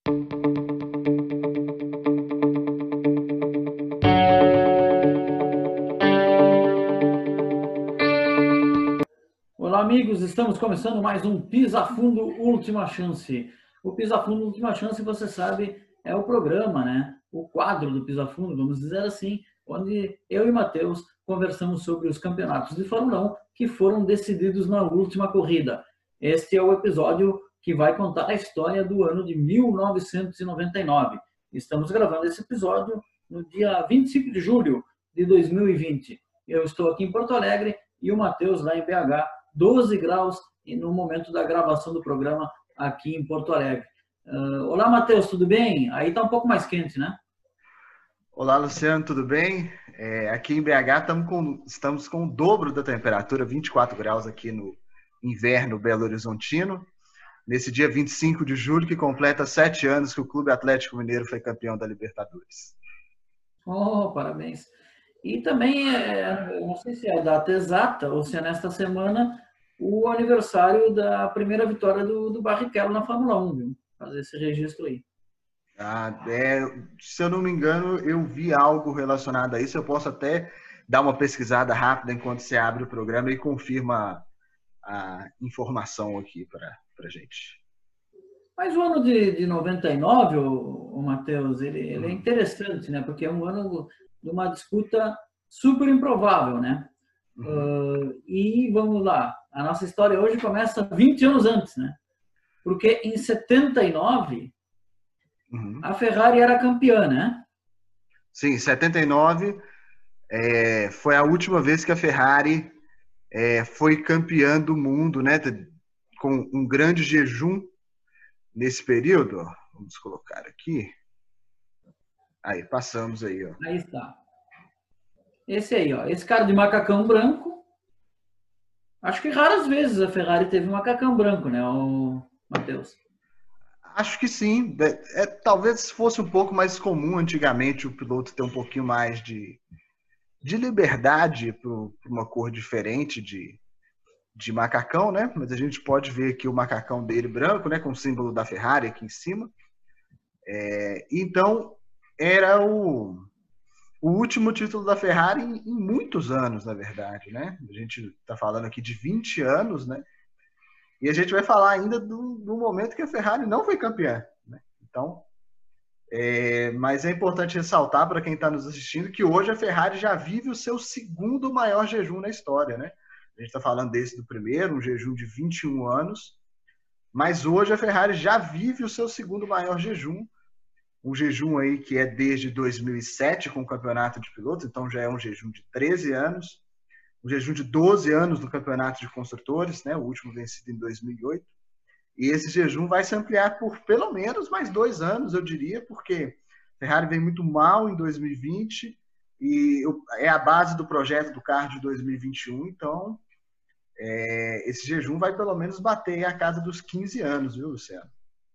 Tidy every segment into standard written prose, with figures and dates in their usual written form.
Olá, amigos, estamos começando mais um Pisa Fundo Última Chance. O Pisa Fundo Última Chance, você sabe, é o programa, né? O quadro do Pisa Fundo, vamos dizer assim, onde eu e Matheus conversamos sobre os campeonatos de Fórmula 1 que foram decididos na última corrida. Este é o episódio que vai contar a história do ano de 1999. Estamos gravando esse episódio no dia 25 de julho de 2020. Eu estou aqui em Porto Alegre e o Matheus lá em BH, 12 graus no momento da gravação do programa aqui em Porto Alegre. Olá, Matheus, tudo bem? Aí está um pouco mais quente, né? Olá, Luciano, tudo bem? Aqui em BH estamos com o dobro da temperatura, 24 graus aqui no inverno belo-horizontino, nesse dia 25 de julho, que completa 7 anos que o Clube Atlético Mineiro foi campeão da Libertadores. Oh, parabéns. E também, não sei se é a data exata ou se é nesta semana, o aniversário da primeira vitória do Barrichello na Fórmula 1, viu? Fazer esse registro aí. Se eu não me engano, eu vi algo relacionado a isso. Eu posso até dar uma pesquisada rápida enquanto você abre o programa e confirma a informação aqui para a gente. Mas o ano de 99, o Matheus, ele é interessante, né? Porque é um ano de uma disputa super improvável, né? E vamos lá, a nossa história hoje começa 20 anos antes, né? Porque em 79, a Ferrari era campeã, né? Sim, em 79 foi a última vez que a Ferrari foi campeã do mundo, né? Com um grande jejum nesse período. Ó. Vamos colocar aqui. Aí, passamos aí, ó. Aí está. Esse aí, ó. Esse cara de macacão branco. Acho que raras vezes a Ferrari teve um macacão branco, né, o Matheus? Acho que sim. Talvez fosse um pouco mais comum antigamente o piloto ter um pouquinho mais de liberdade para uma cor diferente de macacão, né? Mas a gente pode ver aqui o macacão dele branco, né? Com o símbolo da Ferrari aqui em cima. Então, era o último título da Ferrari em muitos anos, na verdade, né? A gente está falando aqui de 20 anos, né? E a gente vai falar ainda do momento que a Ferrari não foi campeã, né? Então, mas é importante ressaltar para quem está nos assistindo que hoje a Ferrari já vive o seu segundo maior jejum na história, né? A gente está falando desse do primeiro, um jejum de 21 anos, mas hoje a Ferrari já vive o seu segundo maior jejum, um jejum aí que é desde 2007 com o campeonato de pilotos, então já é um jejum de 13 anos, um jejum de 12 anos no campeonato de construtores, né? O último vencido em 2008, e esse jejum vai se ampliar por pelo menos mais 2 anos, eu diria, porque a Ferrari vem muito mal em 2020 e é a base do projeto do carro de 2021, então esse jejum vai pelo menos bater a casa dos 15 anos, viu, Luciano?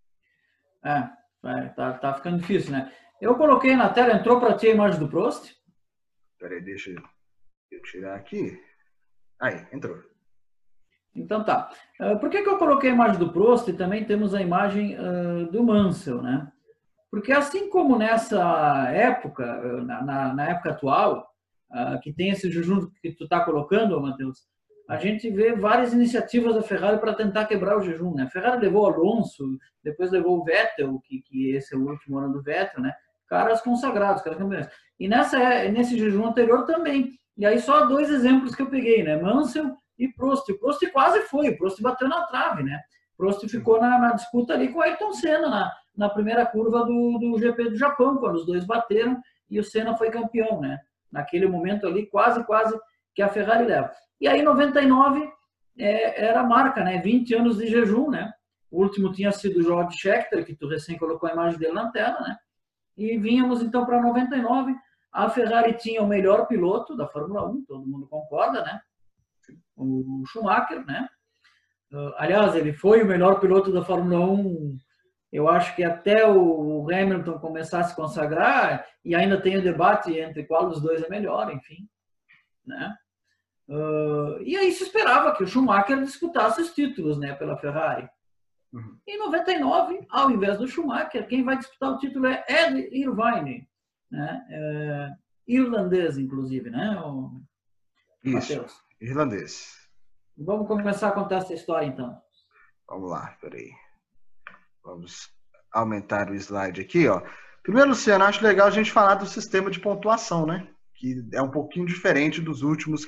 Tá ficando difícil, né? Eu coloquei na tela, entrou para ti a imagem do Prost? Peraí, deixa eu tirar aqui. Aí, entrou. Então tá. Por que eu coloquei a imagem do Prost e também temos a imagem do Mansell, né? Porque assim como nessa época, na época atual, que tem esse jejum que tu está colocando, Matheus, a gente vê várias iniciativas da Ferrari para tentar quebrar o jejum, né? A Ferrari levou o Alonso, depois levou o Vettel, que esse é o último ano do Vettel, né? Caras consagrados, caras campeões. E nesse jejum anterior também. E aí só 2 exemplos que eu peguei, né? Mansell e Prost. O Prost quase foi, o Prost bateu na trave, né? O Prost ficou na disputa ali com o Ayrton Senna, na primeira curva do GP do Japão, quando os dois bateram e o Senna foi campeão, né? Naquele momento ali, quase que a Ferrari leva. E aí, 99 era a marca, né? 20 anos de jejum, né? O último tinha sido o George Scheckter, que tu recém colocou a imagem dele na tela, né? E vínhamos então para 99. A Ferrari tinha o melhor piloto da Fórmula 1, todo mundo concorda, né? O Schumacher, né? Aliás, ele foi o melhor piloto da Fórmula 1, eu acho que até o Hamilton começar a se consagrar, e ainda tem o debate entre qual dos dois é melhor, enfim, né? E aí se esperava que o Schumacher disputasse os títulos, né, pela Ferrari. Uhum. Em 99, ao invés do Schumacher, quem vai disputar o título é Ed Irvine, né? Irlandês, inclusive, né, o Isso, Matheus? irlandês. Vamos começar a contar essa história, então. Vamos lá, peraí. Vamos aumentar o slide aqui, ó. Primeiro, Luciano, acho legal a gente falar do sistema de pontuação, né? Que é um pouquinho diferente dos últimos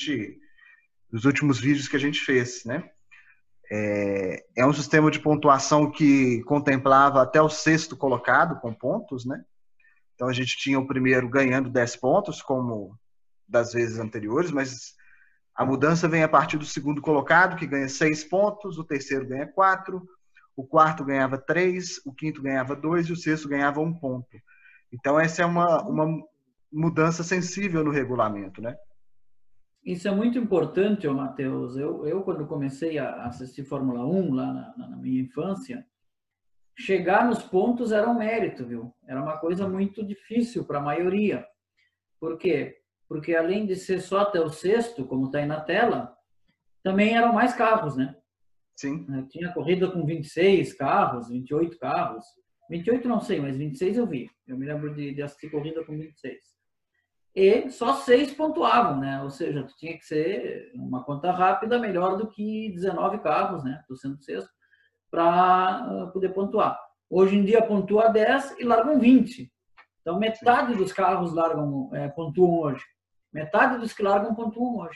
vídeos que a gente fez, né? É um sistema de pontuação que contemplava até o sexto colocado com pontos, né? Então a gente tinha o primeiro ganhando 10 pontos, como das vezes anteriores, mas a mudança vem a partir do segundo colocado, que ganha 6 pontos, o terceiro ganha 4, o quarto ganhava 3, o quinto ganhava 2 e o sexto ganhava 1 ponto. Então essa é uma mudança sensível no regulamento, né? Isso é muito importante, Matheus. Quando comecei a assistir Fórmula 1 lá na minha infância, chegar nos pontos era um mérito, viu? Era uma coisa muito difícil para a maioria. Por quê? Porque além de ser só até o sexto, como está aí na tela, também eram mais carros, né? Sim. Tinha corrida com 26 carros, 28 carros. 28 não sei, mas 26 eu vi. Eu me lembro de assistir corrida com 26. E só 6 pontuavam, né? Ou seja, tu tinha que ser uma conta rápida melhor do que 19 carros, né? Do 106, para poder pontuar. Hoje em dia pontua 10 e largam 20. Então metade dos carros pontuam hoje. Metade dos que largam pontuam hoje.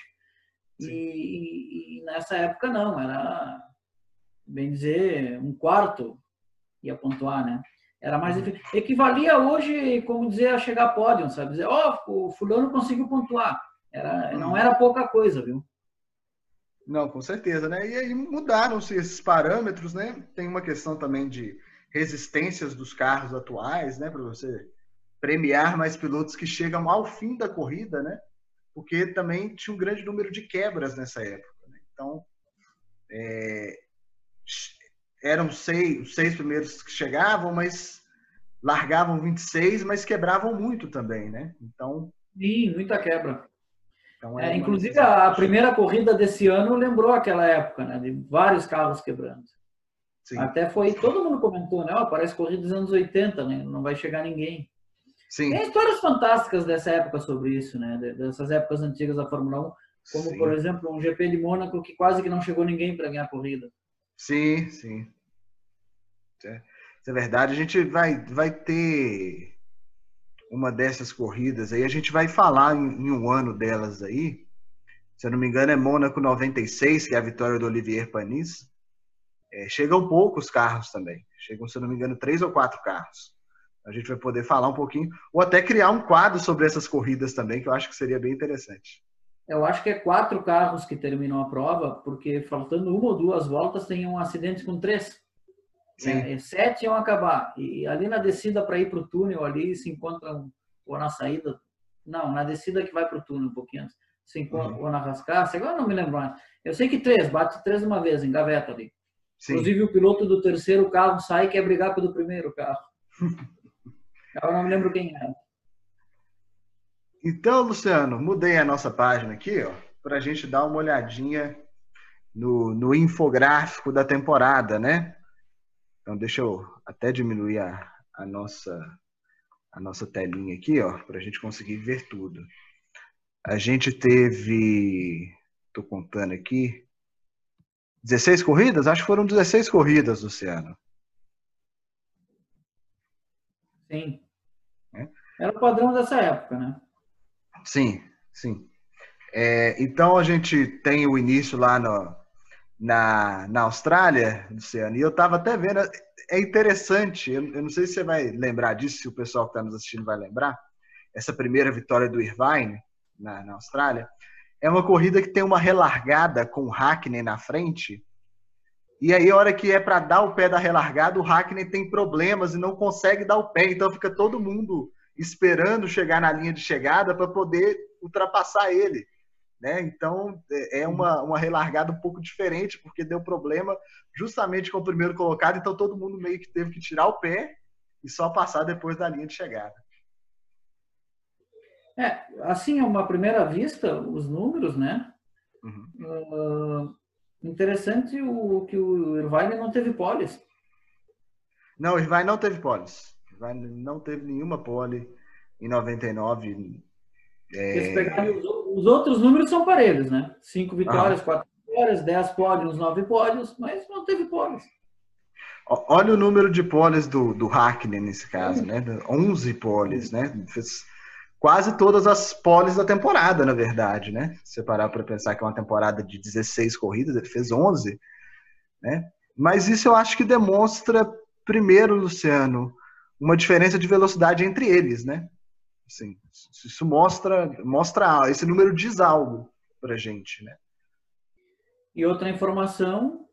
E nessa época não, era, bem dizer, um quarto ia pontuar, né? Era mais difícil. Equivalia hoje, como dizer, a chegar a pódio, sabe? Dizer, o fulano conseguiu pontuar. Não era pouca coisa, viu? Não, com certeza, né? E aí mudaram-se esses parâmetros, né? Tem uma questão também de resistências dos carros atuais, né? Para você premiar mais pilotos que chegam ao fim da corrida, né? Porque também tinha um grande número de quebras nessa época, né? Então, eram os seis primeiros que chegavam, mas largavam 26, mas quebravam muito também, né? Então, sim, muita quebra. Então era uma Inclusive, necessidade. a primeira corrida desse ano lembrou aquela época, né? De vários carros quebrando. Sim. Até foi, todo mundo comentou, né? Parece corrida dos anos 80, né? Não vai chegar ninguém. Sim. Tem histórias fantásticas dessa época sobre isso, né? Dessas épocas antigas da Fórmula 1, como, sim, por exemplo, um GP de Mônaco que quase que não chegou ninguém para ganhar a corrida. Sim, sim. Isso é verdade. A gente vai ter uma dessas corridas aí. A gente vai falar em um ano delas aí. Se eu não me engano, é Mônaco 96, que é a vitória do Olivier Panis. Chegam poucos carros também. Chegam, se eu não me engano, 3 ou 4 carros. A gente vai poder falar um pouquinho, ou até criar um quadro sobre essas corridas também, que eu acho que seria bem interessante. Eu acho que é 4 carros que terminam a prova, porque faltando 1 ou 2 voltas tem um acidente com 3. 7 iam acabar. E ali na descida para ir para o túnel, ali se encontram, ou na saída, não, na descida que vai para o túnel um pouquinho antes, se encontra, ou na rascaça, agora não me lembro mais. Eu sei que 3, bate 3 uma vez, engaveta ali. Sim. Inclusive o piloto do terceiro carro sai e quer brigar pelo primeiro carro. Eu não me lembro quem era. Então, Luciano, mudei a nossa página aqui, ó, para a gente dar uma olhadinha no infográfico da temporada, né? Então, deixa eu até diminuir a nossa telinha aqui, ó, para a gente conseguir ver tudo. A gente teve, estou contando aqui, 16 corridas? Acho que foram 16 corridas, Luciano. Sim. Era o padrão dessa época, né? Sim, sim. Então, a gente tem o início lá na Austrália, Luciano, e eu estava até vendo, é interessante, eu não sei se você vai lembrar disso, se o pessoal que está nos assistindo vai lembrar, essa primeira vitória do Irvine na Austrália, é uma corrida que tem uma relargada com o Hakkinen na frente, e aí a hora que é para dar o pé da relargada, o Hakkinen tem problemas e não consegue dar o pé, então fica todo mundo esperando chegar na linha de chegada para poder ultrapassar ele. Né? Então, é uma relargada um pouco diferente, porque deu problema justamente com o primeiro colocado, então todo mundo meio que teve que tirar o pé e só passar depois da linha de chegada. Assim, a uma primeira vista, os números, né? Interessante que o Irvine não teve poles. Não, o Irvine não teve poles. O Irvine não teve nenhuma pole em 99. Porque se pegarem os outros números são parelhos, né? 5 Aham. vitórias, 4 vitórias, 10 pódios, 9 pódios, mas não teve pódios. Olha o número de poles do Hakkinen nesse caso, né? 11 poles, né? Fez quase todas as poles da temporada, na verdade, né? Se você parar para pensar que é uma temporada de 16 corridas, ele fez 11, né? Mas isso eu acho que demonstra, primeiro, Luciano, uma diferença de velocidade entre eles, né? Assim, isso mostra esse número diz algo pra gente, né? E outra informação,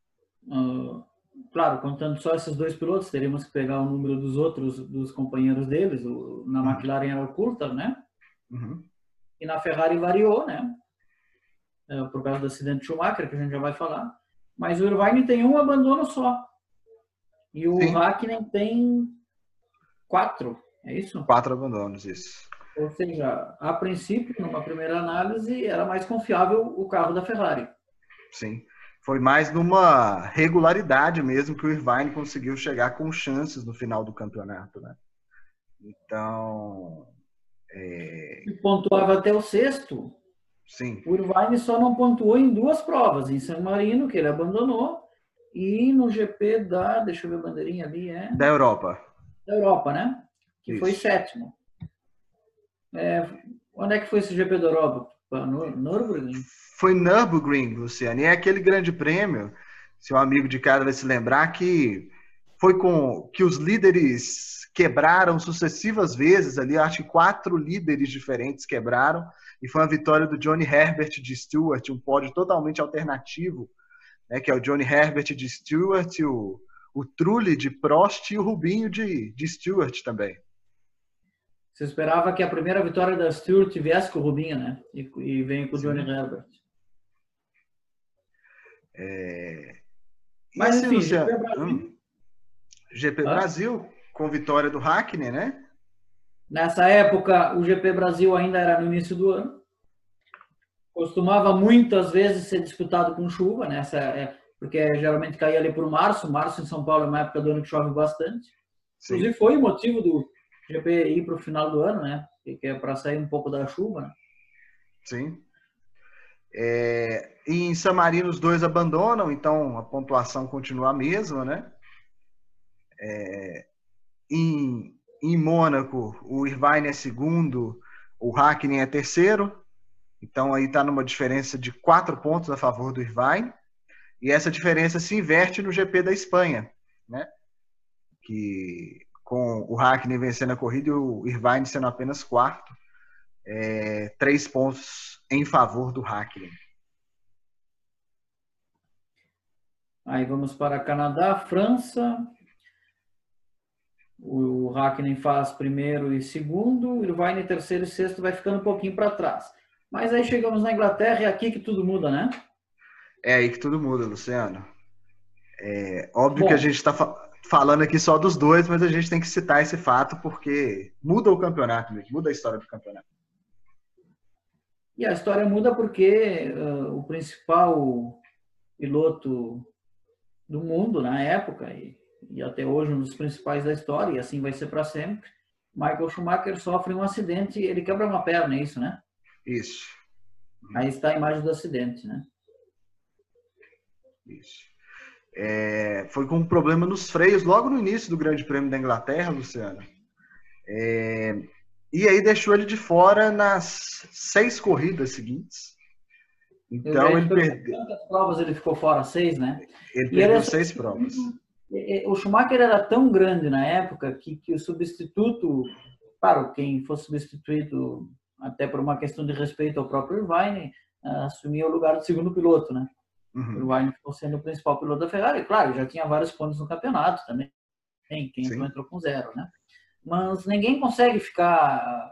claro, contando só esses dois pilotos, teríamos que pegar o número dos outros, dos companheiros deles. Na McLaren era o Coulthard, né? Uhum. E na Ferrari variou, né? Por causa do acidente de Schumacher, que a gente já vai falar. Mas o Irvine tem um abandono só. E o Hakkinen tem 4, é isso? 4 abandonos, isso. Ou seja, a princípio, numa primeira análise, era mais confiável o carro da Ferrari. Sim. Foi mais numa regularidade mesmo que o Irvine conseguiu chegar com chances no final do campeonato, né? Então... E pontuava até o sexto. Sim. O Irvine só não pontuou em 2 provas, em San Marino, que ele abandonou, e no GP da... Deixa eu ver a bandeirinha ali, Da Europa. Da Europa, né? Que Isso. foi 7º. Onde é que foi esse GP da Europa? Nürburgring? Foi Nürburgring, Luciano. E é aquele grande prêmio, se um amigo de casa vai se lembrar, que foi com que os líderes quebraram sucessivas vezes ali, acho que 4 líderes diferentes quebraram, e foi uma vitória do Johnny Herbert de Stewart, um pódio totalmente alternativo, né, que é o Johnny Herbert de Stewart, o Trulli de Prost e o Rubinho de Stewart também. Você esperava que a primeira vitória da Stewart viesse com o Rubinho, né? E vem com o Johnny Herbert. Mas, assim, enfim, Luciano, GP Brasil. GP Brasil, com vitória do Hakkinen, né? Nessa época, o GP Brasil ainda era no início do ano. Costumava muitas vezes ser disputado com chuva, né? Porque geralmente caía ali por março. Março em São Paulo é uma época do ano que chove bastante. Sim. Inclusive foi o motivo do GP ir para o final do ano, né? Que é para sair um pouco da chuva, né? Sim. Em San Marino os 2 abandonam, então a pontuação continua a mesma, né? Em Mônaco, o Irvine é 2º, o Hakkinen é 3º, então aí está numa diferença de 4 pontos a favor do Irvine, e essa diferença se inverte no GP da Espanha, né? Que com o Hakkinen vencendo a corrida e o Irvine sendo apenas 4º, 3 pontos em favor do Hakkinen. Aí vamos para Canadá, França. O Hakkinen faz 1º e 2º, o Irvine 3º e 6º, vai ficando um pouquinho para trás. Mas aí chegamos na Inglaterra e é aqui que tudo muda, né? É aí que tudo muda, Luciano. Óbvio que a gente está falando aqui só dos 2, mas a gente tem que citar esse fato porque muda o campeonato, muda a história do campeonato. E a história muda porque o principal piloto do mundo na época, e até hoje um dos principais da história, e assim vai ser para sempre, Michael Schumacher sofre um acidente, ele quebra uma perna, é isso, né? Isso. Aí está a imagem do acidente, né? Isso. Foi com um problema nos freios logo no início do Grande Prêmio da Inglaterra, Luciano. E aí deixou ele de fora nas 6 corridas seguintes. Então ele perdeu. Quantas provas ele ficou fora? 6, né? Ele perdeu 6 provas. O Schumacher era tão grande na época que o substituto, claro, quem fosse substituído até por uma questão de respeito ao próprio Irvine, assumia o lugar do 2º piloto, né? Uhum. O Irvine ficou sendo o principal piloto da Ferrari. Claro, já tinha vários pontos no campeonato também. Quem entrou com 0, né? Mas ninguém consegue ficar...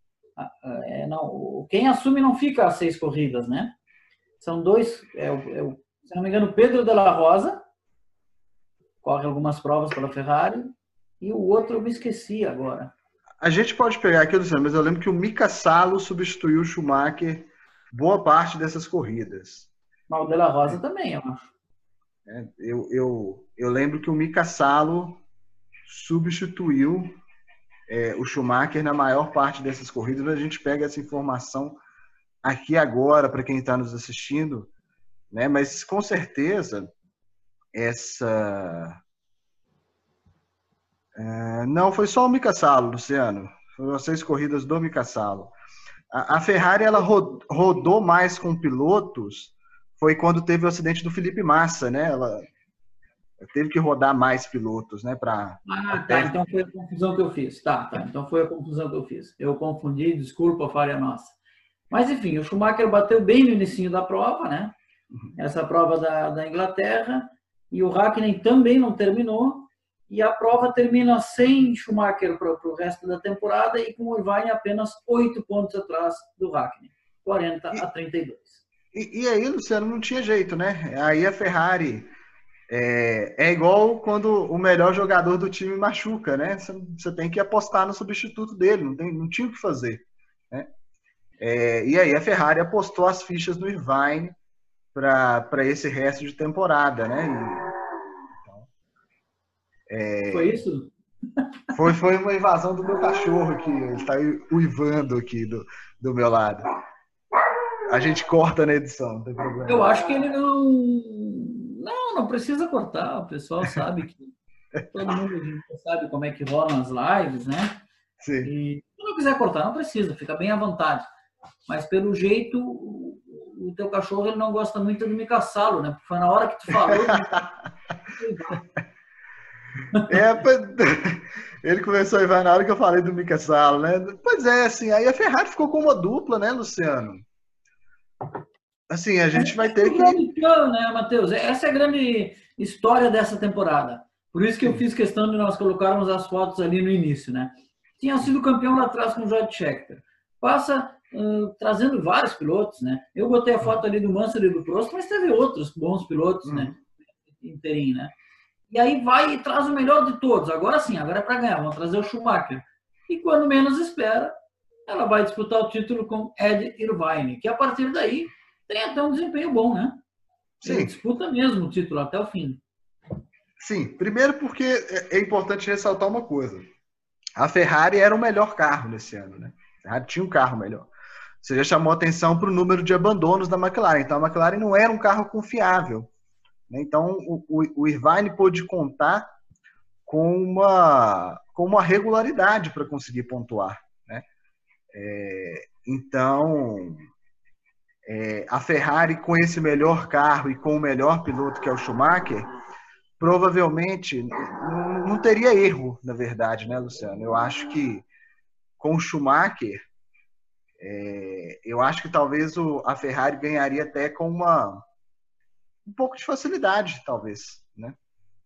quem assume não fica as 6 corridas, né? São 2... se não me engano, Pedro de la Rosa corre algumas provas pela Ferrari e o outro eu me esqueci agora. A gente pode pegar aqui, Luciano, mas eu lembro que o Mika Salo substituiu o Schumacher boa parte dessas corridas. O De La Rosa também, eu acho. Eu lembro que o Mika Salo substituiu o Schumacher na maior parte dessas corridas. A gente pega essa informação aqui agora para quem está nos assistindo, né? Mas com certeza não foi só o Mika Salo, Luciano. Foram 6 corridas do Mika Salo. A Ferrari ela rodou mais com pilotos. Foi quando teve o acidente do Felipe Massa, né? Ela teve que rodar mais pilotos, né? Tá. Então foi a confusão que eu fiz. Tá. Então foi a confusão que eu fiz. Eu confundi, desculpa, falha nossa. Mas, enfim, o Schumacher bateu bem no início da prova, né? Essa prova da Inglaterra. E o Hakkinen também não terminou. E a prova termina sem Schumacher para o resto da temporada e com o Irvine apenas 8 pontos atrás do Hakkinen. 40-32. E aí, Luciano, não tinha jeito, né? Aí a Ferrari é igual quando o melhor jogador do time machuca, né? Você tem que apostar no substituto dele, não tinha o que fazer, né? E aí a Ferrari apostou as fichas no Irvine para esse resto de temporada, né? Foi isso? Foi uma invasão do meu cachorro que está uivando aqui do meu lado. A gente corta na edição, não tem problema. Eu acho que ele não precisa cortar. O pessoal sabe que todo mundo sabe como é que rolam as lives, né? Sim. E se não quiser cortar, não precisa, fica bem à vontade. Mas pelo jeito, o teu cachorro ele não gosta muito do Mika Salo, né? Porque foi na hora que tu falou. Ele começou a ir na hora que eu falei do Mika Salo, né? Pois é, assim, aí a Ferrari ficou com uma dupla, né, Luciano? Assim, a gente vai ter que... né, Matheus? Essa é a grande história dessa temporada. Por isso que eu fiz questão de nós colocarmos as fotos ali no início, né? Tinha sido campeão lá atrás com o George Scheckter. Passa trazendo vários pilotos, né? Eu botei a foto ali do Mansell e do Prost, mas teve outros bons pilotos, né? Inteirinho, né? E aí vai e traz o melhor de todos. Agora sim, agora é para ganhar. Vamos trazer o Schumacher. E quando menos espera, ela vai disputar o título com Ed Irvine, que a partir daí tem até um desempenho bom, né? Sim. Ele disputa mesmo o título até o fim. Sim, primeiro porque é importante ressaltar uma coisa. A Ferrari era o melhor carro nesse ano, né? A Ferrari tinha um carro melhor. Você já chamou atenção para o número de abandonos da McLaren. Então a McLaren não era um carro confiável. Então o Irvine pôde contar com uma regularidade para conseguir pontuar, né? Então a Ferrari com esse melhor carro e com o melhor piloto que é o Schumacher, provavelmente não teria erro, na verdade, né, Luciano? Eu acho que com o Schumacher, eu acho que talvez a Ferrari ganharia até com um pouco de facilidade, talvez, né?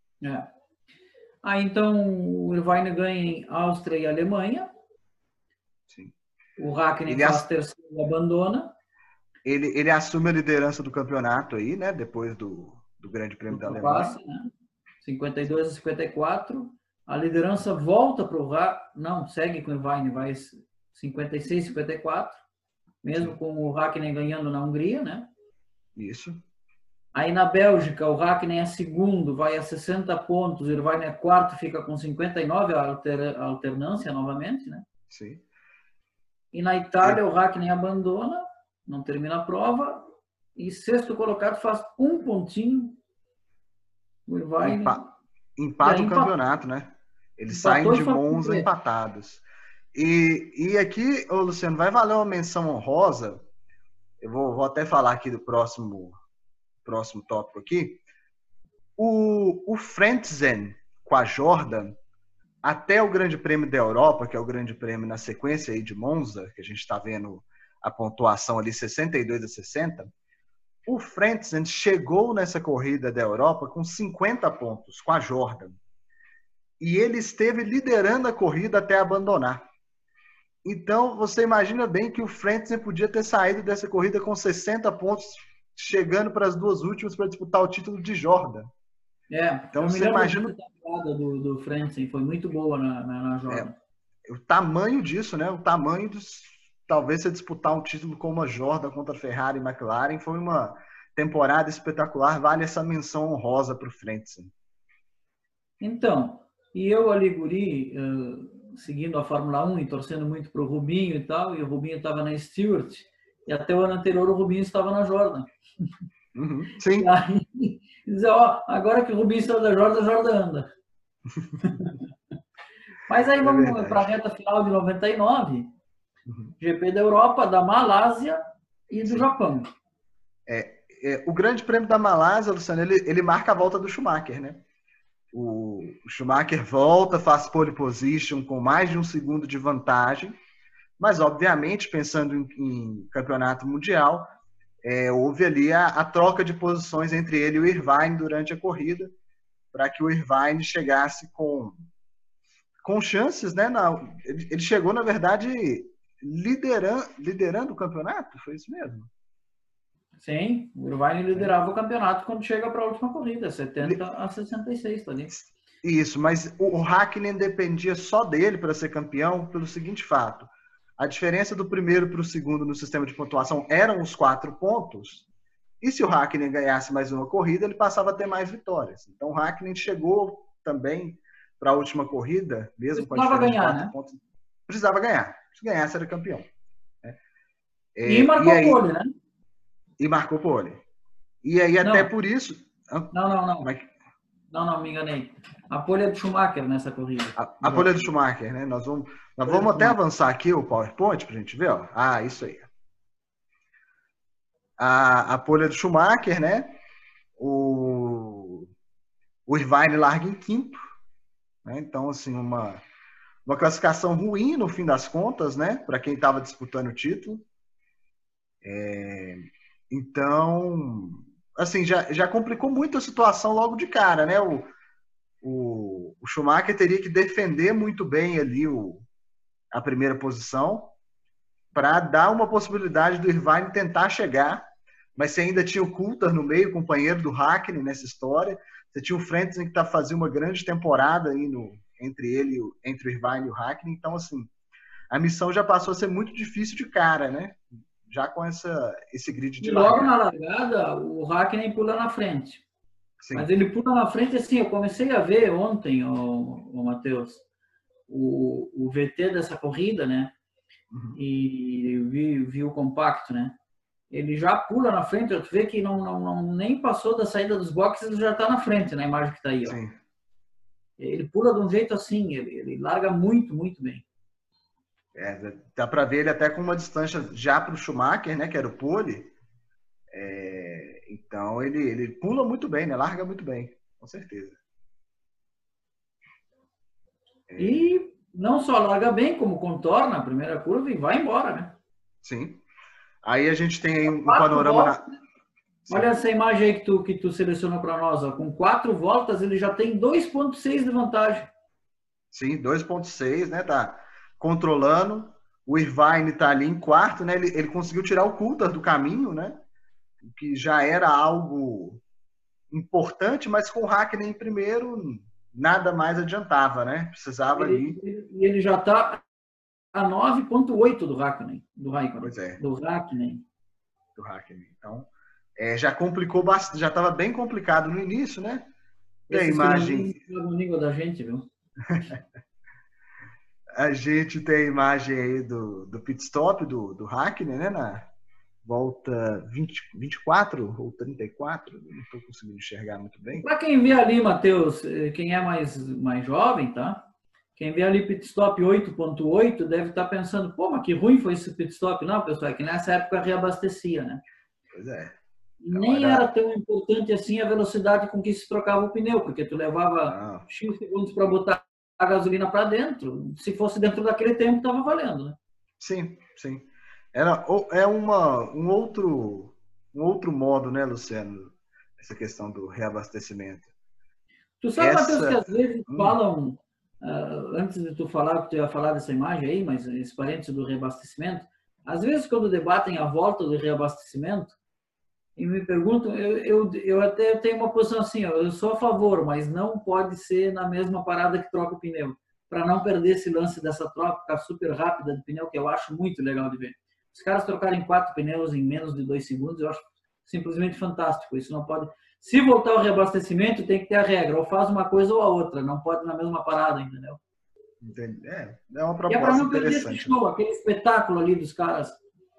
Então o Irvine ganha em Áustria e Alemanha. Sim. O Hakkinen faz terceiro e abandona. Ele assume a liderança do campeonato aí, né? Depois do Grande Prêmio da Alemanha. Passa, né? 52 a 54. A liderança volta para o Hakkinen. Não, segue com o Irvine, vai 56 a 54. Mesmo Sim. com o Hakkinen ganhando na Hungria, né? Isso. Aí na Bélgica, o Hakkinen é segundo, vai a 60 pontos. O Irvine é quarto, fica com 59, a alternância novamente, né? Sim. E na Itália, o Hakkinen abandona, não termina a prova. E sexto colocado faz um pontinho. O Irvine... Empata o campeonato, né? Eles saem de Monza empatados. E aqui, ô Luciano, vai valer uma menção honrosa. Eu vou até falar aqui do próximo tópico aqui. O Frentzen com a Jordan, até o Grande Prêmio da Europa, que é o Grande Prêmio na sequência aí de Monza, que a gente está vendo a pontuação ali 62 a 60, o Frentzen chegou nessa corrida da Europa com 50 pontos, com a Jordan. E ele esteve liderando a corrida até abandonar. Então, você imagina bem que o Frentzen podia ter saído dessa corrida com 60 pontos, chegando para as duas últimas para disputar o título de Jordan. Então você imagina... A do Frentzen foi muito boa na Jordan. O tamanho disso, né? O tamanho dos... Talvez você disputar um título com uma Jordan contra Ferrari e McLaren foi uma temporada espetacular, vale essa menção honrosa para o Frentzen. Então, e eu ali, guri, seguindo a Fórmula 1 e torcendo muito para o Rubinho e tal, e o Rubinho estava na Stewart, e até o ano anterior o Rubinho estava na Jordan. Sim. E aí, dizer, ó, agora que o Rubinho está da Jordan, a Jordan anda. Mas aí vamos para a reta final de 99, GP da Europa, da Malásia e do Japão. O Grande Prêmio da Malásia, Luciano, ele marca a volta do Schumacher, né? O Schumacher volta, faz pole position com mais de 1 segundo de vantagem, mas obviamente, pensando em campeonato mundial, houve ali a troca de posições entre ele e o Irvine durante a corrida, para que o Irvine chegasse com chances, né? Ele chegou, na verdade, liderando o campeonato, foi isso mesmo? Sim, o Irvine liderava o campeonato quando chega para a última corrida, 70-66, tá ali. Isso, mas o Hakkinen dependia só dele para ser campeão pelo seguinte fato. A diferença do primeiro para o segundo no sistema de pontuação eram os 4 pontos, e se o Hakkinen ganhasse mais uma corrida, ele passava a ter mais vitórias. Então o Hakkinen chegou também para a última corrida, mesmo com a diferença de 4 pontos. Precisava ganhar. Se ganhasse, era campeão. E marcou pole, né? E marcou pole. E aí, até por isso... Não, me enganei. A pole é do Schumacher nessa corrida. A pole é do Schumacher, né? Nós vamos até avançar aqui o PowerPoint para a gente ver. Ó. Isso aí. A pole é do Schumacher, né? O Irvine larga em quinto. Né? Então, assim, uma classificação ruim no fim das contas, né? Para quem estava disputando o título. Então, assim, já complicou muito a situação logo de cara, né? O Schumacher teria que defender muito bem ali a primeira posição para dar uma possibilidade do Irvine tentar chegar, mas você ainda tinha o Coulthard no meio, companheiro do Hakkinen nessa história, você tinha o Frentzen que fazia uma grande temporada aí entre o Irvine e o Hakkinen, então, assim, a missão já passou a ser muito difícil de cara, né? Já com esse grid de largada. Logo na largada, o Hakkinen pula na frente. Sim. Mas ele pula na frente, assim, eu comecei a ver ontem, o Matheus, o VT dessa corrida, né? E vi o compacto, né? Ele já pula na frente, tu vê que não nem passou da saída dos boxes, ele já está na frente, na imagem que está aí, ó. Sim. Ele pula de um jeito assim, ele larga muito, muito bem. Dá para ver ele até com uma distância já para o Schumacher, né, que era o pole. Então ele pula muito bem, né, larga muito bem, com certeza. E não só larga bem, como contorna a primeira curva e vai embora, né? Sim. Aí a gente tem um panorama... Olha essa imagem aí que tu selecionou para nós, ó. Com 4 voltas ele já tem 2,6 de vantagem. Sim, 2,6, né, tá controlando. O Irvine está ali em quarto, né? Ele conseguiu tirar o Coulthard do caminho, né? Que já era algo importante, mas com o Hakkinen em primeiro, nada mais adiantava, né? Precisava ali. E ele já está a 9,8 do Hakkinen. Pois é. Do Hakkinen. Então, já complicou bastante, já estava bem complicado no início, né? E a imagem. Língua da gente, viu? A gente tem a imagem aí do pit stop do Hakkinen, né? Na volta 24 ou 34, não estou conseguindo enxergar muito bem. Para quem vê ali, Matheus, quem é mais jovem, tá? Quem vê ali pit stop 8.8 deve estar pensando, pô, mas que ruim foi esse pit stop. Não, pessoal, é que nessa época reabastecia, né? Pois é. Então, nem era tão importante assim a velocidade com que se trocava o pneu, porque tu levava X segundos para botar a gasolina para dentro. Se fosse dentro daquele tempo, estava valendo, né? Sim, sim. Um outro modo, né, Luciano? Essa questão do reabastecimento. Tu sabe, Matheus, que às vezes falam, antes de tu falar, que tu ia falar dessa imagem aí, mas esse parênteses do reabastecimento, às vezes quando debatem a volta do reabastecimento, e me perguntam, eu até tenho uma posição assim, ó, eu sou a favor, mas não pode ser na mesma parada que troca o pneu, para não perder esse lance dessa troca super rápida de pneu, que eu acho muito legal de ver. Os caras trocarem 4 pneus em menos de 2 segundos, eu acho simplesmente fantástico. Isso não pode. Se voltar ao reabastecimento, tem que ter a regra, ou faz uma coisa ou a outra, não pode na mesma parada, entendeu? É uma E é para proposta não perder esse interessante. show, aquele espetáculo ali dos caras.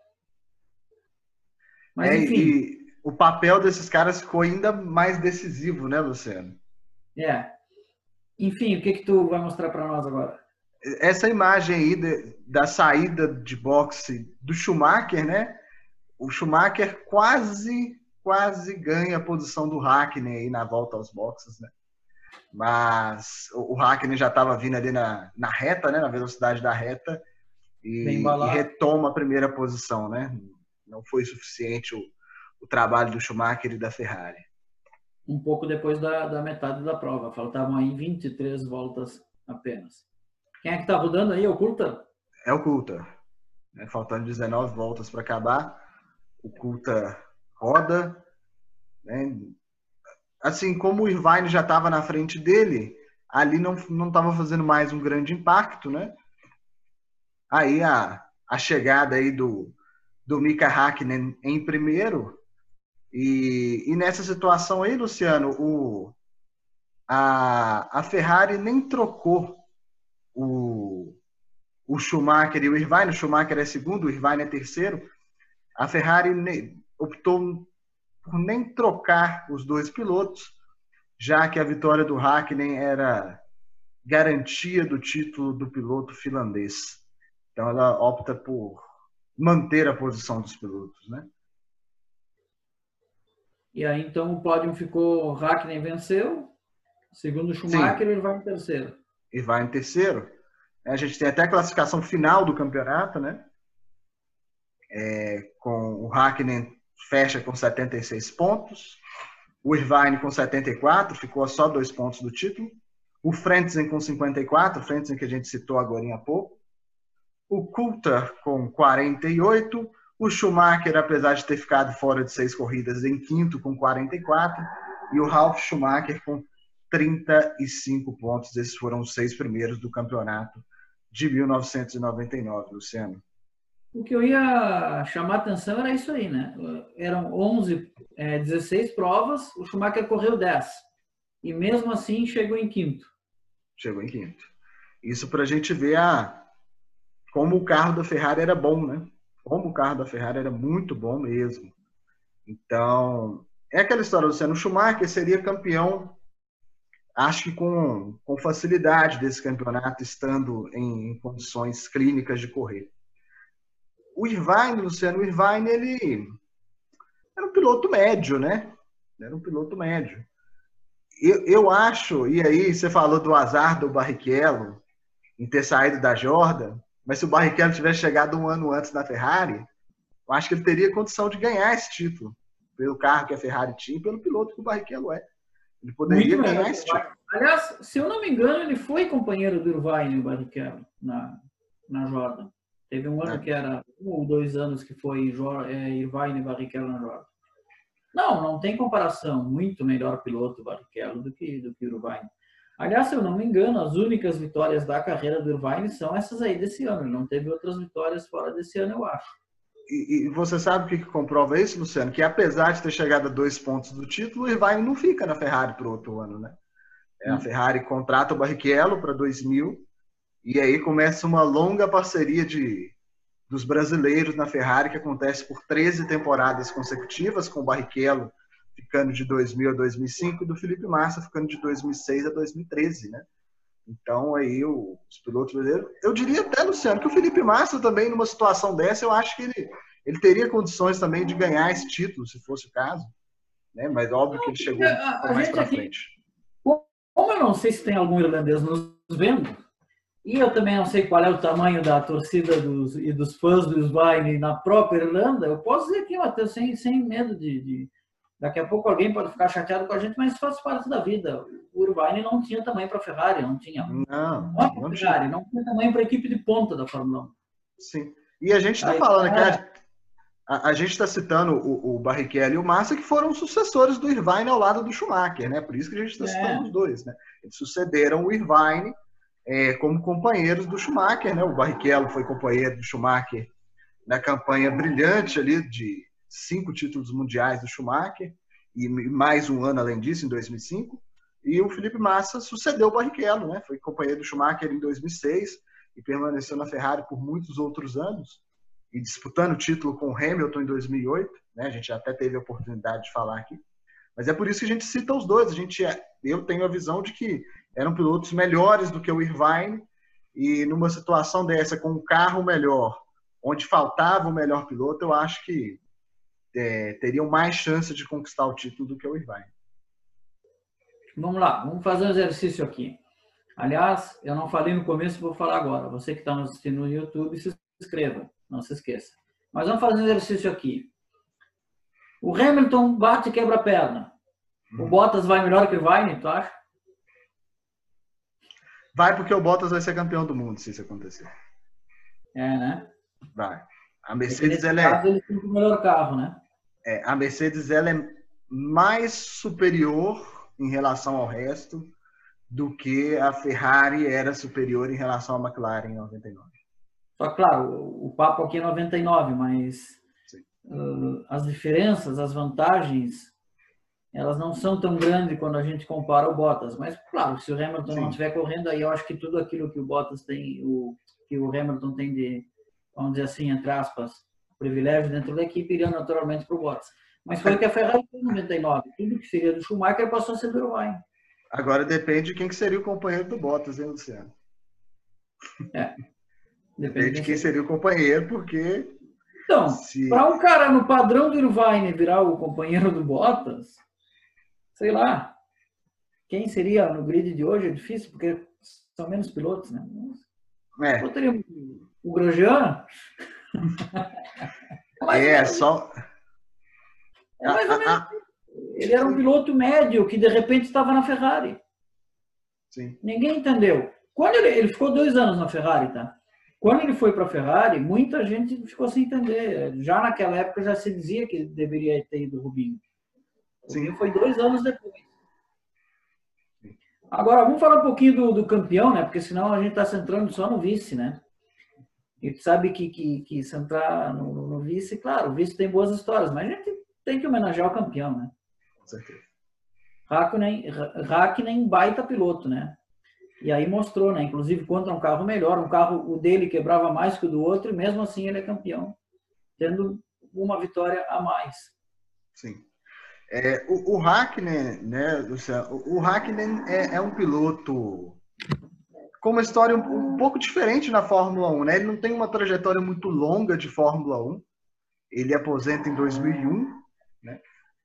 Mas, enfim. E o papel desses caras ficou ainda mais decisivo, né, Luciano? Enfim, o que tu vai mostrar para nós agora? Essa imagem aí da saída de boxe do Schumacher, né? O Schumacher quase ganha a posição do Hakkinen aí na volta aos boxes, né? Mas o Hakkinen já estava vindo ali na reta, né? Na velocidade da reta e retoma a primeira posição, né? Não foi suficiente o trabalho do Schumacher e da Ferrari. Um pouco depois da metade da prova, faltavam aí 23 voltas apenas. Quem é que está rodando aí? É o Coulthard? É o Coulthard. Faltando 19 voltas para acabar, o Coulthard roda. Né? Assim, como o Irvine já estava na frente dele, ali não estava fazendo mais um grande impacto, né? Aí a chegada aí do Mika Hakkinen em primeiro, e nessa situação aí, Luciano, a Ferrari nem trocou o Schumacher e o Irvine. O Schumacher é segundo, o Irvine é terceiro. A Ferrari optou por nem trocar os dois pilotos, já que a vitória do Hakkinen era garantia do título do piloto finlandês. Então ela opta por manter a posição dos pilotos, né? E aí então o pódio ficou, Hakkinen venceu, segundo o Schumacher, ele vai em terceiro. E vai em terceiro. A gente tem até a classificação final do campeonato, né? Com o Hakkinen fecha com 76 pontos, o Irvine com 74, ficou a só 2 pontos do título, o Frentzen com 54, o Frentzen que a gente citou agora há pouco, o Coulthard com 48, o Schumacher, apesar de ter ficado fora de 6 corridas, em quinto com 44, e o Ralf Schumacher com 35 pontos. Esses foram os 6 primeiros do campeonato de 1999, Luciano. O que eu ia chamar a atenção era isso aí, né? Eram 16 provas, o Schumacher correu 10. E mesmo assim chegou em quinto. Chegou em quinto. Isso para a gente ver como o carro da Ferrari era bom, né? Como o carro da Ferrari era muito bom mesmo. Então, é aquela história, Luciano. O Schumacher seria campeão, acho que com facilidade desse campeonato, estando em condições clínicas de correr. O Irvine, Luciano, ele era um piloto médio, né? Era um piloto médio. Eu acho, e aí você falou do azar do Barrichello em ter saído da Jordan, mas se o Barrichello tivesse chegado um ano antes na Ferrari, eu acho que ele teria condição de ganhar esse título, pelo carro que a Ferrari tinha e pelo piloto que o Barrichello é. Ele poderia ganhar esse título. Aliás, se eu não me engano, ele foi companheiro do Irvine, o Barrichello, na Jordan. Teve um ano que era 1 ou 2 anos que foi Irvine e Barrichello na Jordan. Não tem comparação. Muito melhor piloto o Barrichello do que o Irvine. Aliás, se eu não me engano, as únicas vitórias da carreira do Irvine são essas aí desse ano. Ele não teve outras vitórias fora desse ano, eu acho. E você sabe o que comprova isso, Luciano? Que apesar de ter chegado a 2 pontos do título, o Irvine não fica na Ferrari para o outro ano, né? A Ferrari contrata o Barrichello para 2000 e aí começa uma longa parceria dos brasileiros na Ferrari que acontece por 13 temporadas consecutivas, com o Barrichello ficando de 2000 a 2005 e do Felipe Massa ficando de 2006 a 2013, né? Então aí os pilotos brasileiros, eu diria até, Luciano, que o Felipe Massa também numa situação dessa, eu acho que ele teria condições também de ganhar esse título, se fosse o caso, né? Mas óbvio que ele chegou mais para frente. Como eu não sei se tem algum irlandês nos vendo, e eu também não sei qual é o tamanho da torcida e dos fãs do Irvine na própria Irlanda, eu posso dizer aqui, Matheus, sem medo de... Daqui a pouco alguém pode ficar chateado com a gente, mas faz parte da vida. O Irvine não tinha tamanho para a Ferrari, não tinha. Não tinha tamanho para a equipe de ponta da Fórmula 1. Sim. E a gente está falando aqui, a gente está citando o Barrichello e o Massa, que foram sucessores do Irvine ao lado do Schumacher, né? Por isso que a gente está citando os dois, né? Eles sucederam o Irvine como companheiros do Schumacher, né? O Barrichello foi companheiro do Schumacher na campanha brilhante ali 5 títulos mundiais do Schumacher, e mais um ano além disso, em 2005. E o Felipe Massa sucedeu o Barrichello, né? Foi companheiro do Schumacher em 2006 e permaneceu na Ferrari por muitos outros anos, e disputando o título com o Hamilton em 2008, né? A gente até teve a oportunidade de falar aqui. Mas é por isso que a gente cita os dois. Eu tenho a visão de que eram pilotos melhores do que o Irvine, e numa situação dessa, com um carro melhor, onde faltava o melhor piloto, eu acho que teriam mais chance de conquistar o título do que o Irvine. Vamos lá, vamos fazer um exercício aqui. Aliás, eu não falei no começo, vou falar agora. Você que está nos assistindo no YouTube, se inscreva, não se esqueça. Mas vamos fazer um exercício aqui. O Hamilton bate e quebra a perna. O Bottas vai melhor que o Irvine, tu acha? Vai, porque o Bottas vai ser campeão do mundo, se isso acontecer. Né? Vai. A Mercedes, ele tem o melhor carro, né? A Mercedes, ela é mais superior em relação ao resto do que a Ferrari era superior em relação à McLaren em 99. Só claro, o papo aqui é 99, mas as diferenças, as vantagens, elas não são tão grandes quando a gente compara o Bottas. Mas, claro, se o Hamilton não estiver correndo, aí eu acho que tudo aquilo que o Bottas tem, que o Hamilton tem de, vamos dizer assim, entre aspas, privilégio dentro da equipe, iria naturalmente para o Bottas. Mas foi o que a Ferrari fez em 99. Tudo que seria do Schumacher passou a ser do Irvine. Agora depende de quem que seria o companheiro do Bottas, hein, Luciano? Depende de quem seria o companheiro, porque... Então, para um cara no padrão do Irvine virar o companheiro do Bottas, sei lá, quem seria no grid de hoje é difícil, porque são menos pilotos, né? Eu teria o Grosjean. Ele era um piloto médio que de repente estava na Ferrari. Sim. Ninguém entendeu. Quando ele ficou 2 anos na Ferrari, tá? Quando ele foi para a Ferrari, muita gente ficou sem entender. Já naquela época já se dizia que deveria ter ido o Rubinho. O Rubinho foi 2 anos depois. Agora, vamos falar um pouquinho do campeão, né? Porque senão a gente está centrando só no vice, né? E tu sabe que centrar no vice, claro, o vice tem boas histórias, mas a gente tem que homenagear o campeão, né? Com certeza. Hakkinen baita piloto, né? E aí mostrou, né? Inclusive contra um carro melhor, o dele quebrava mais que o do outro, e mesmo assim ele é campeão, tendo uma vitória a mais. Sim. O Hakkinen, né, Luciano? O Hakkinen é um piloto com uma história um pouco diferente na Fórmula 1, né? Ele não tem uma trajetória muito longa de Fórmula 1. Ele aposenta em 2001, né?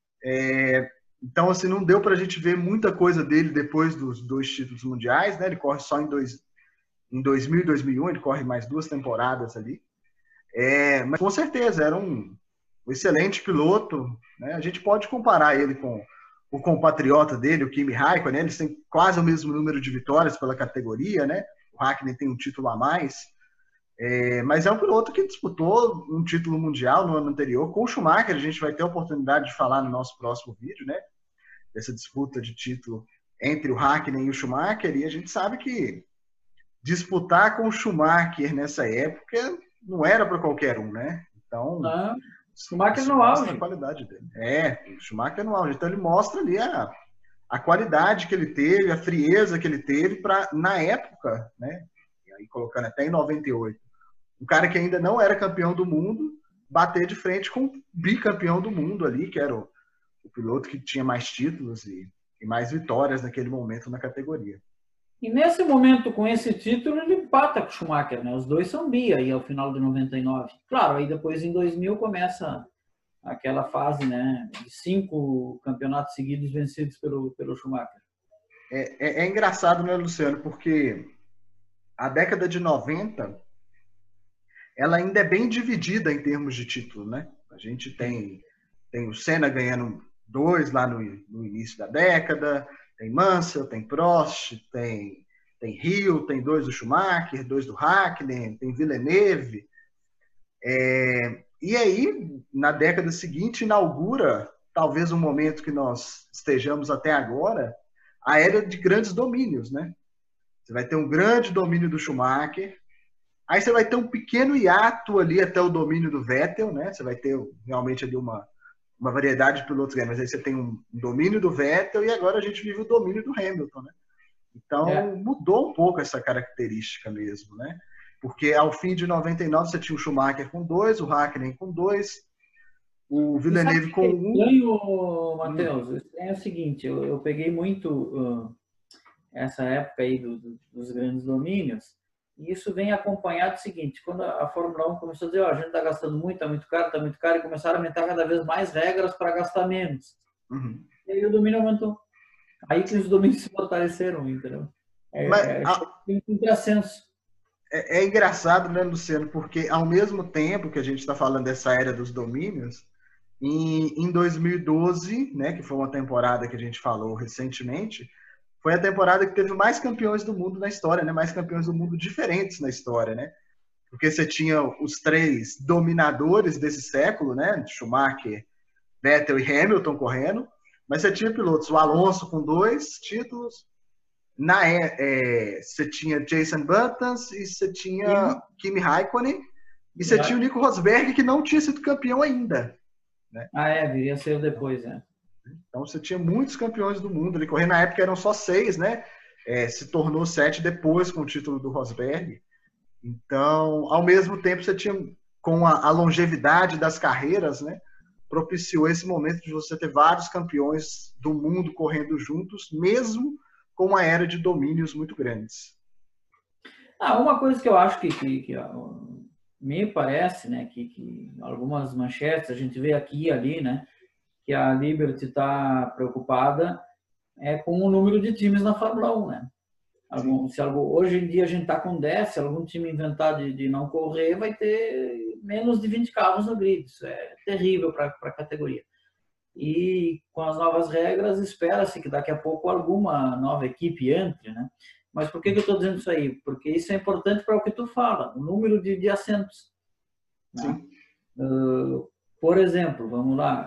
Então, assim, não deu para a gente ver muita coisa dele depois dos 2 títulos mundiais, né? Ele corre só em 2000 e 2001, ele corre mais 2 temporadas ali. Mas, com certeza, era um excelente piloto, né? A gente pode comparar ele com o compatriota dele, o Kimi Raikkonen, né? Eles têm quase o mesmo número de vitórias pela categoria, né? O Hakkinen tem um título a mais. Mas é um piloto que disputou um título mundial no ano anterior com o Schumacher. A gente vai ter a oportunidade de falar no nosso próximo vídeo, né? Dessa disputa de título entre o Hakkinen e o Schumacher, e a gente sabe que disputar com o Schumacher nessa época não era para qualquer um, né? Então, Schumacher no auge. A qualidade dele. O Schumacher no auge. Então ele mostra ali a qualidade que ele teve, a frieza que ele teve para, na época, né? E aí colocando até em 98, um cara que ainda não era campeão do mundo, bater de frente com o bicampeão do mundo ali, que era o piloto que tinha mais títulos e mais vitórias naquele momento na categoria. E nesse momento, com esse título, ele empata com o Schumacher, né? Os dois são bi aí ao final de 99. Claro, aí depois em 2000 começa aquela fase, né, de 5 campeonatos seguidos vencidos pelo Schumacher. É engraçado, né, Luciano? Porque a década de 90, ela ainda é bem dividida em termos de título, né? A gente tem o Senna ganhando 2 lá no início da década, tem Mansell, tem Prost, tem Hill, tem 2 do Schumacher, 2 do Hakkinen, tem Villeneuve. E aí, na década seguinte, inaugura talvez um momento que nós estejamos até agora, a era de grandes domínios, né? Você vai ter um grande domínio do Schumacher, Aí você vai ter um pequeno hiato ali até o domínio do Vettel, né? Você vai ter realmente ali uma variedade de pilotos ganhando, mas aí você tem um domínio do Vettel e agora a gente vive o domínio do Hamilton, né? Então mudou um pouco essa característica mesmo, né? Porque ao fim de 99 você tinha o Schumacher com 2, o Hakkinen com 2, o Villeneuve com 1. Ganho, Matheus, é o seguinte, eu peguei muito essa época aí dos grandes domínios, e isso vem acompanhado do seguinte, quando a Fórmula 1 começou a dizer, a gente está gastando muito, está muito caro, e começaram a aumentar cada vez mais regras para gastar menos. Uhum. E aí o domínio aumentou. Aí que os domínios se fortaleceram, entendeu? Tem um contrassenso. É engraçado, né, Luciano, porque ao mesmo tempo que a gente está falando dessa era dos domínios, em 2012, né, que foi uma temporada que a gente falou recentemente, foi a temporada que teve mais campeões do mundo na história, né? Mais campeões do mundo diferentes na história, né? Porque você tinha os 3 dominadores desse século, né? Schumacher, Vettel e Hamilton correndo, mas você tinha pilotos, o Alonso com 2 títulos, você tinha Jason Button e você tinha Kimi Raikkonen, e você tinha o Nico Rosberg, que não tinha sido campeão ainda. Né? Viria a ser depois, né? Então você tinha muitos campeões do mundo ali correndo. Na época eram só 6, né? Se tornou 7 depois com o título do Rosberg. Então, ao mesmo tempo, você tinha, com a longevidade das carreiras, né? Propiciou esse momento de você ter vários campeões do mundo correndo juntos, mesmo com uma era de domínios muito grandes. Uma coisa que eu acho que me parece, né, que algumas manchetes a gente vê aqui e ali, né? Que a Liberty está preocupada com o número de times na Fórmula 1, né? Hoje em dia a gente está com 10, se algum time inventar de não correr, vai ter menos de 20 carros no grid. Isso é terrível para a categoria. E com as novas regras, espera-se que daqui a pouco alguma nova equipe entre, né? Mas por que eu estou dizendo isso aí? Porque isso é importante para o que tu fala, o número de assentos. Né? Por exemplo, vamos lá,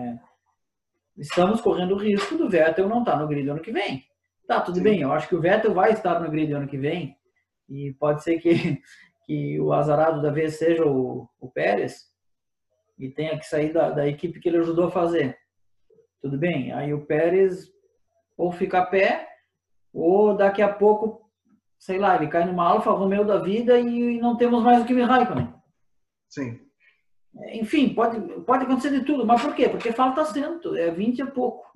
estamos correndo o risco do Vettel não estar no grid ano que vem. Tá, tudo bem, eu acho que o Vettel vai estar no grid ano que vem, e pode ser que o azarado da vez seja o Pérez, e tenha que sair da equipe que ele ajudou a fazer. Tudo bem, aí o Pérez ou fica a pé, ou daqui a pouco, sei lá, ele cai numa Alfa Romeo da vida e não temos mais o Kimi Raikkonen. Sim. Enfim, pode acontecer de tudo. Mas por quê? Porque falta assento. 20 é pouco.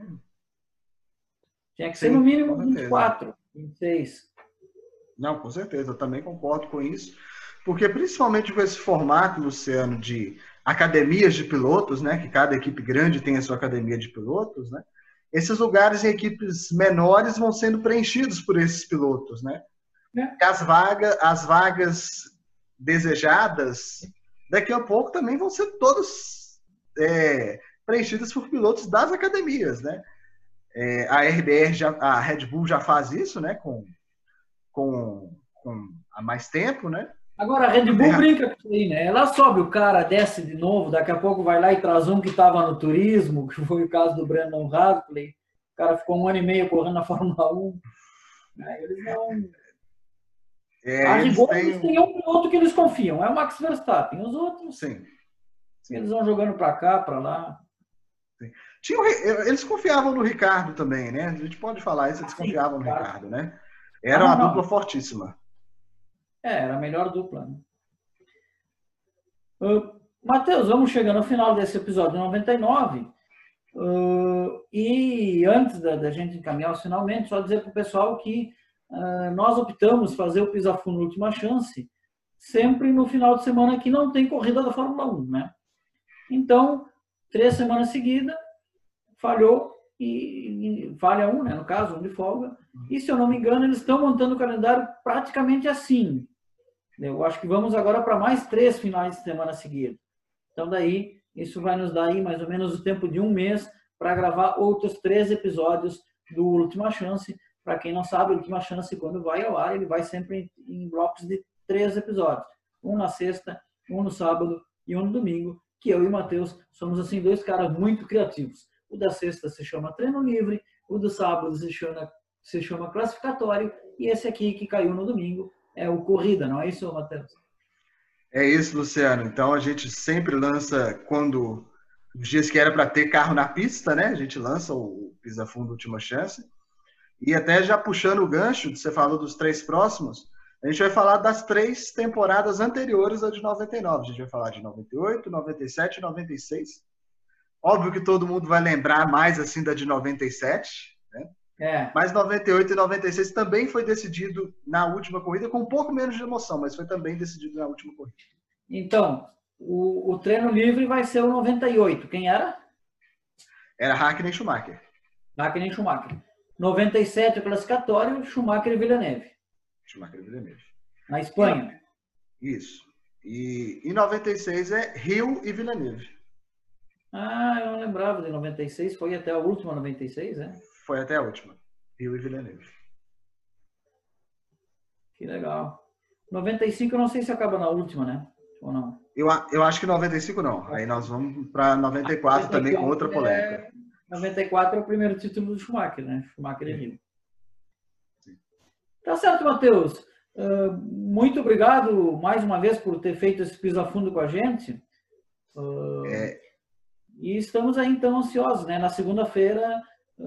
Tinha que ser no mínimo 24, 26. Não, com certeza. Eu também concordo com isso. Porque principalmente com esse formato, Luciano, de academias de pilotos, né? Que cada equipe grande tem a sua academia de pilotos, né? Esses lugares em equipes menores vão sendo preenchidos por esses pilotos, né? As vagas desejadas daqui a pouco também vão ser todas preenchidas por pilotos das academias, né? A RBR, a Red Bull já faz isso, né? Com há mais tempo, né? Agora a Red Bull brinca com isso aí, né? Ela sobe o cara, desce de novo, daqui a pouco vai lá e traz um que estava no turismo, que foi o caso do Brandon Hartley. O cara ficou 1 ano e meio correndo na Fórmula 1. Eles não... a rigor, eles têm um piloto que eles confiam, é o Max Verstappen. Os outros, Sim. Eles vão jogando para cá, para lá. Sim. Eles confiavam no Ricardo também, né? A gente pode falar isso, eles confiavam no Ricardo, né? Era uma dupla fortíssima. Era a melhor dupla. Né? Matheus, vamos chegando ao final desse episódio 99. E antes da gente encaminhar os finalmente, só dizer para o pessoal que nós optamos fazer o Pisa Fundo Última Chance sempre no final de semana que não tem corrida da Fórmula 1, né? Então, 3 semanas seguidas, falhou e falha um, né? No caso, um de folga. E, se eu não me engano, eles estão montando o calendário praticamente assim. Eu acho que vamos agora para mais 3 finais de semana seguidos. Então, daí, isso vai nos dar aí mais ou menos o tempo de 1 mês para gravar outros 3 episódios do Última Chance. Para quem não sabe, o Última Chance, quando vai ao ar, ele vai sempre em blocos de 3 episódios. Um na sexta, um no sábado e um no domingo, que eu e o Matheus somos, assim, 2 caras muito criativos. O da sexta se chama Treino Livre, o do sábado se chama Classificatório, e esse aqui que caiu no domingo é o Corrida, não é isso, Matheus? É isso, Luciano. Então a gente sempre lança quando os dias que era para ter carro na pista, né? A gente lança o Pisa Fundo Última Chance. E até já puxando o gancho, você falou dos 3 próximos, a gente vai falar das 3 temporadas anteriores à de 99. A gente vai falar de 98, 97 e 96. Óbvio que todo mundo vai lembrar mais assim da de 97, né? Mas 98 e 96 também foi decidido na última corrida, com um pouco menos de emoção, mas foi também decidido na última corrida. Então, o treino livre vai ser o 98. Quem era? Era Hakkinen e Schumacher. Hakkinen e Schumacher. 97 o classificatório, Schumacher e Villeneuve. Schumacher e Villeneuve. Na Espanha. Isso. E em 96 é Hill e Villeneuve. Ah, eu não lembrava de 96. Foi até a última 96, né? Foi até a última. Hill e Villeneuve. Que legal. 95 eu não sei se acaba na última, né? Ou não? Eu acho que 95 não. Aí nós vamos para 94 também com outra polêmica. 94 é o primeiro título do Schumacher, né? Schumacher e Hill. Tá certo, Matheus. Muito obrigado mais uma vez por ter feito esse piso a fundo com a gente. E estamos aí então ansiosos, né? Na segunda-feira,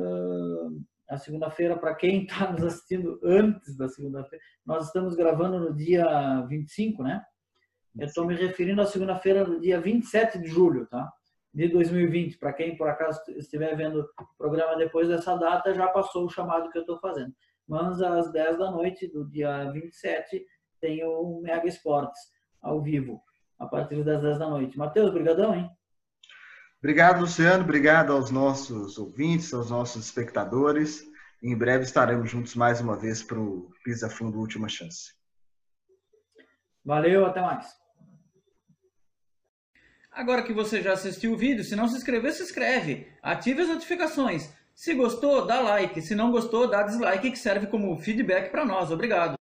para quem está nos assistindo antes da segunda-feira, nós estamos gravando no dia 25, né? Eu estou me referindo à segunda-feira, no dia 27 de julho, tá? De 2020. Para quem, por acaso, estiver vendo o programa depois dessa data, já passou o chamado que eu estou fazendo. Mas às 10 da noite do dia 27 tem o Mega Esportes ao vivo, a partir das 10 da noite. Matheus, brigadão, hein? Obrigado, Luciano. Obrigado aos nossos ouvintes, aos nossos espectadores. Em breve estaremos juntos mais uma vez para o Pisa Fundo Última Chance. Valeu, até mais. Agora que você já assistiu o vídeo, se não se inscreveu, se inscreve. Ative as notificações. Se gostou, dá like. Se não gostou, dá dislike, que serve como feedback para nós. Obrigado.